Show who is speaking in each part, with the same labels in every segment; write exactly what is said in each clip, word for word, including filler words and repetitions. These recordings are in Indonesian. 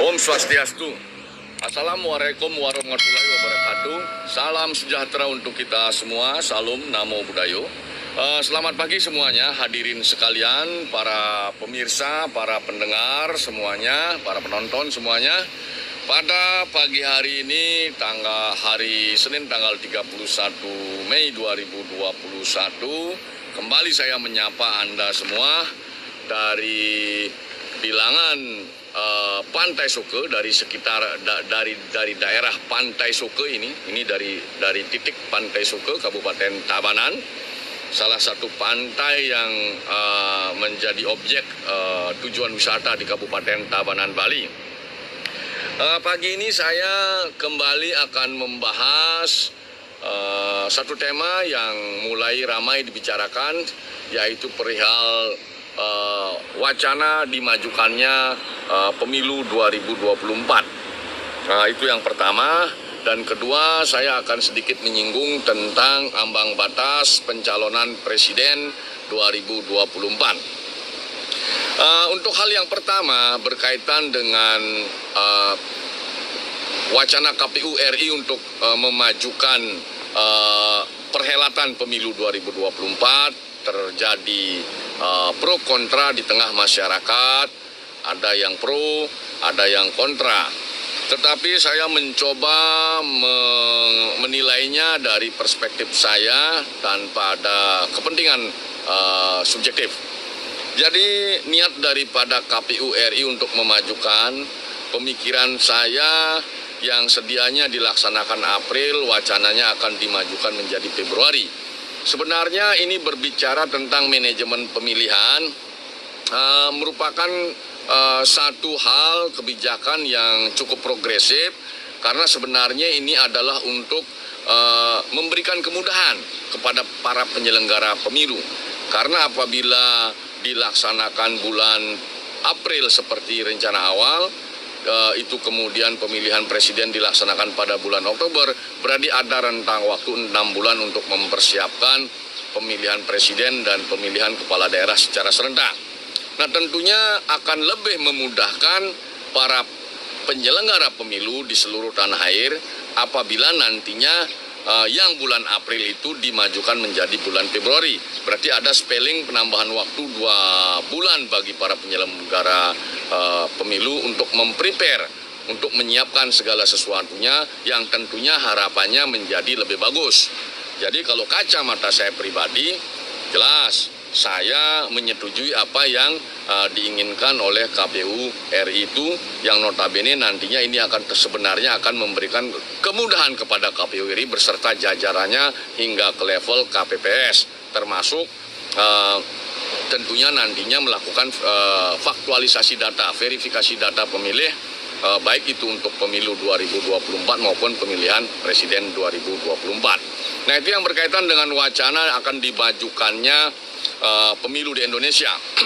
Speaker 1: Om Swastiastu. Assalamualaikum warahmatullahi wabarakatuh. Salam sejahtera untuk kita semua. Salam Namo Buddhaya. Uh, selamat pagi semuanya, hadirin sekalian, para pemirsa, para pendengar semuanya, para penonton semuanya. Pada pagi hari ini, tanggal hari Senin tanggal tiga puluh satu Mei dua ribu dua puluh satu, kembali saya menyapa Anda semua dari bilangan uh, Pantai Soke, dari sekitar da, dari dari daerah Pantai Soke ini, ini dari dari titik Pantai Soke, Kabupaten Tabanan, salah satu pantai yang uh, menjadi objek uh, tujuan wisata di Kabupaten Tabanan, Bali. Uh, pagi ini saya kembali akan membahas uh, satu tema yang mulai ramai dibicarakan, yaitu perihal uh, wacana dimajukannya uh, pemilu dua ribu dua puluh empat. Nah, itu yang pertama. Dan kedua, saya akan sedikit menyinggung tentang ambang batas pencalonan presiden dua ribu dua puluh empat. Uh, untuk hal yang pertama berkaitan dengan uh, wacana K P U R I untuk uh, memajukan uh, perhelatan pemilu dua ribu dua puluh empat, terjadi uh, pro kontra di tengah masyarakat, ada yang pro, ada yang kontra. Tetapi saya mencoba menilainya dari perspektif saya tanpa ada kepentingan uh, subjektif. Jadi niat daripada K P U R I untuk memajukan pemikiran saya yang sedianya dilaksanakan April, wacananya akan dimajukan menjadi Februari. Sebenarnya ini berbicara tentang manajemen pemilihan, uh, merupakan uh, satu hal kebijakan yang cukup progresif, karena sebenarnya ini adalah untuk uh, memberikan kemudahan kepada para penyelenggara pemilu. Karena apabila dilaksanakan bulan April seperti rencana awal, uh, itu kemudian pemilihan presiden dilaksanakan pada bulan Oktober, berarti ada rentang waktu enam bulan untuk mempersiapkan pemilihan presiden dan pemilihan kepala daerah secara serentak. Nah, tentunya akan lebih memudahkan para penyelenggara pemilu di seluruh tanah air apabila nantinya Uh, yang bulan April itu dimajukan menjadi bulan Februari. Berarti ada spelling penambahan waktu dua bulan bagi para penyelenggara uh, pemilu untuk memprepare, untuk menyiapkan segala sesuatunya yang tentunya harapannya menjadi lebih bagus. Jadi kalau kacamata saya pribadi, jelas saya menyetujui apa yang uh, diinginkan oleh K P U R I itu, yang notabene nantinya ini akan sebenarnya akan memberikan kemudahan kepada K P U R I beserta jajarannya hingga ke level K P P S, termasuk uh, tentunya nantinya melakukan uh, faktualisasi data, verifikasi data pemilih, uh, baik itu untuk pemilu dua ribu dua puluh empat maupun pemilihan presiden dua ribu dua puluh empat. Nah, itu yang berkaitan dengan wacana akan dimajukannya Uh, pemilu di Indonesia.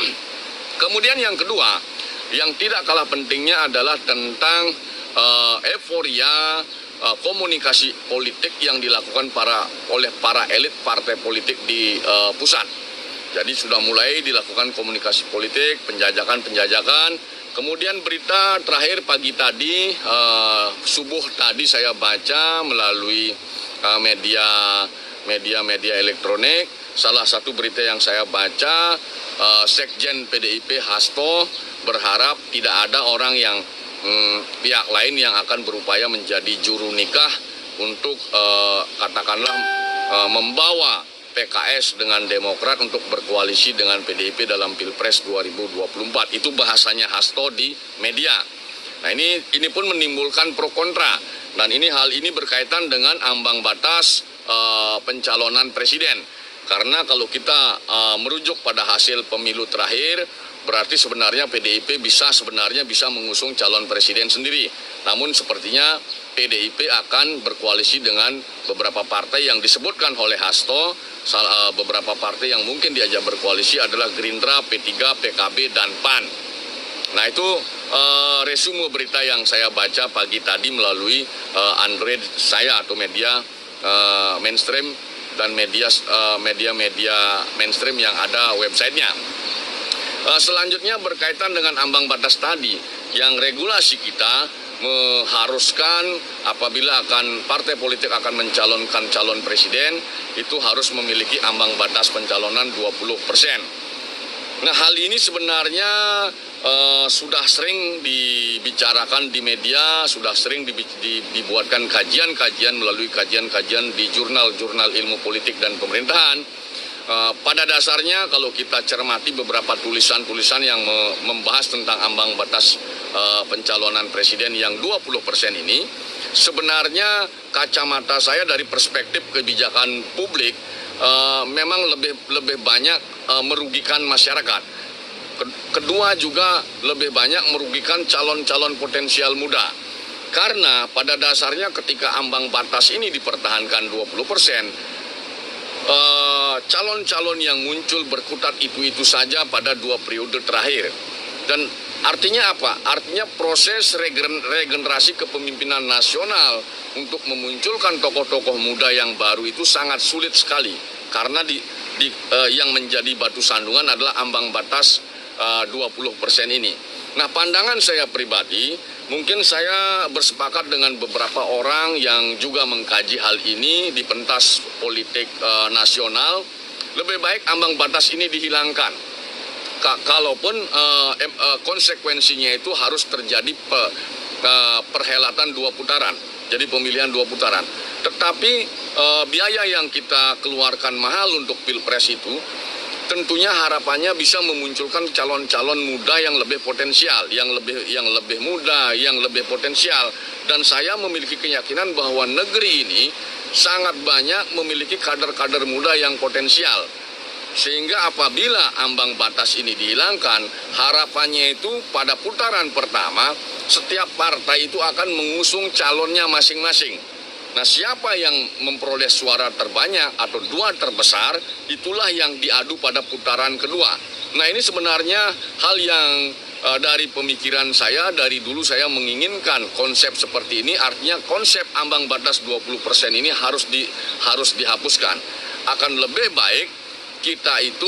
Speaker 1: Kemudian yang kedua, yang tidak kalah pentingnya adalah tentang uh, euforia uh, komunikasi politik yang dilakukan para oleh para elit partai politik di uh, pusat. Jadi sudah mulai dilakukan komunikasi politik, penjajakan-penjajakan. Kemudian berita terakhir pagi tadi, uh, subuh tadi saya baca melalui uh, media media-media elektronik. Salah satu berita yang saya baca, uh, Sekjen P D I P Hasto berharap tidak ada orang yang hmm, pihak lain yang akan berupaya menjadi juru nikah untuk uh, katakanlah uh, membawa P K S dengan Demokrat untuk berkoalisi dengan P D I P dalam Pilpres dua ribu dua puluh empat. Itu bahasanya Hasto di media. Nah, ini ini pun menimbulkan pro kontra, dan ini hal ini berkaitan dengan ambang batas uh, pencalonan presiden. Karena kalau kita uh, merujuk pada hasil pemilu terakhir, berarti sebenarnya P D I P bisa sebenarnya bisa mengusung calon presiden sendiri. Namun sepertinya P D I P akan berkoalisi dengan beberapa partai yang disebutkan oleh Hasto. Salah, uh, beberapa partai yang mungkin diajak berkoalisi adalah Gerindra, P tiga, P K B, dan P A N. Nah, itu uh, resume berita yang saya baca pagi tadi melalui uh, Android saya atau media uh, mainstream dan media uh, media-media mainstream yang ada websitenya. Uh, selanjutnya berkaitan dengan ambang batas tadi. yang regulasi kita mengharuskan apabila akan partai politik akan mencalonkan calon presiden itu harus memiliki ambang batas pencalonan dua puluh persen. Nah, hal ini sebenarnya uh, sudah sering dibicarakan di media, sudah sering dibuatkan kajian-kajian melalui kajian-kajian di jurnal-jurnal ilmu politik dan pemerintahan. Uh, pada dasarnya kalau kita cermati beberapa tulisan-tulisan yang me membahas tentang ambang batas uh, pencalonan presiden yang dua puluh persen ini, sebenarnya kacamata saya dari perspektif kebijakan publik uh, memang lebih lebih banyak uh, merugikan masyarakat. Kedua juga lebih banyak merugikan calon-calon potensial muda. Karena pada dasarnya ketika ambang batas ini dipertahankan dua puluh persen, calon-calon uh, yang muncul berkutat itu-itu saja pada dua periode terakhir. Dan artinya apa? Artinya proses regen regenerasi kepemimpinan nasional untuk memunculkan tokoh-tokoh muda yang baru itu sangat sulit sekali. Karena di, di, uh, yang menjadi batu sandungan adalah ambang batas uh, dua puluh persen ini. Nah, pandangan saya pribadi, mungkin saya bersepakat dengan beberapa orang yang juga mengkaji hal ini di pentas politik e, nasional. Lebih baik ambang batas ini dihilangkan. Ka kalaupun e, e, konsekuensinya itu harus terjadi pe, e, perhelatan dua putaran. Jadi pemilihan dua putaran. Tetapi e, biaya yang kita keluarkan mahal untuk pilpres itu, tentunya harapannya bisa memunculkan calon-calon muda yang lebih potensial, yang lebih yang lebih muda, yang lebih potensial. Dan saya memiliki keyakinan bahwa negeri ini sangat banyak memiliki kader-kader muda yang potensial. Sehingga apabila ambang batas ini dihilangkan, harapannya itu pada putaran pertama setiap partai itu akan mengusung calonnya masing-masing. Nah, siapa yang memperoleh suara terbanyak atau dua terbesar, itulah yang diadu pada putaran kedua. Nah, ini sebenarnya hal yang uh, dari pemikiran saya, dari dulu saya menginginkan konsep seperti ini, artinya konsep ambang batas dua puluh persen ini harus di, harus dihapuskan. Akan lebih baik kita itu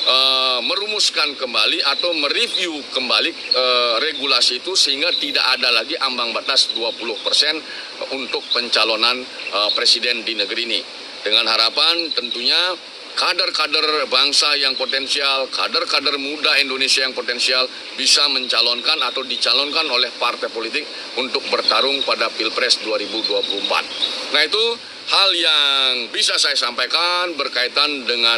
Speaker 1: uh, merumuskan kembali atau mereview kembali uh, regulasi itu sehingga tidak ada lagi ambang batas dua puluh persen untuk pencalonan uh, presiden di negeri ini. Dengan harapan tentunya kader-kader bangsa yang potensial, kader-kader muda Indonesia yang potensial bisa mencalonkan atau dicalonkan oleh partai politik untuk bertarung pada Pilpres dua ribu dua puluh empat. Nah, itu hal yang bisa saya sampaikan berkaitan dengan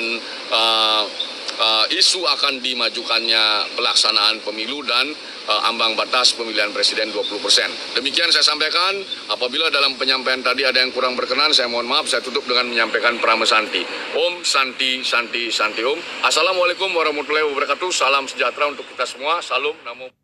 Speaker 1: uh, uh, isu akan dimajukannya pelaksanaan pemilu dan uh, ambang batas pemilihan presiden dua puluh persen. Demikian saya sampaikan. Apabila dalam penyampaian tadi ada yang kurang berkenan, saya mohon maaf. Saya tutup dengan menyampaikan Pramesanti. Om Santi Santi Santi Om. Assalamualaikum warahmatullahi wabarakatuh. Salam sejahtera untuk kita semua. Salam Namo.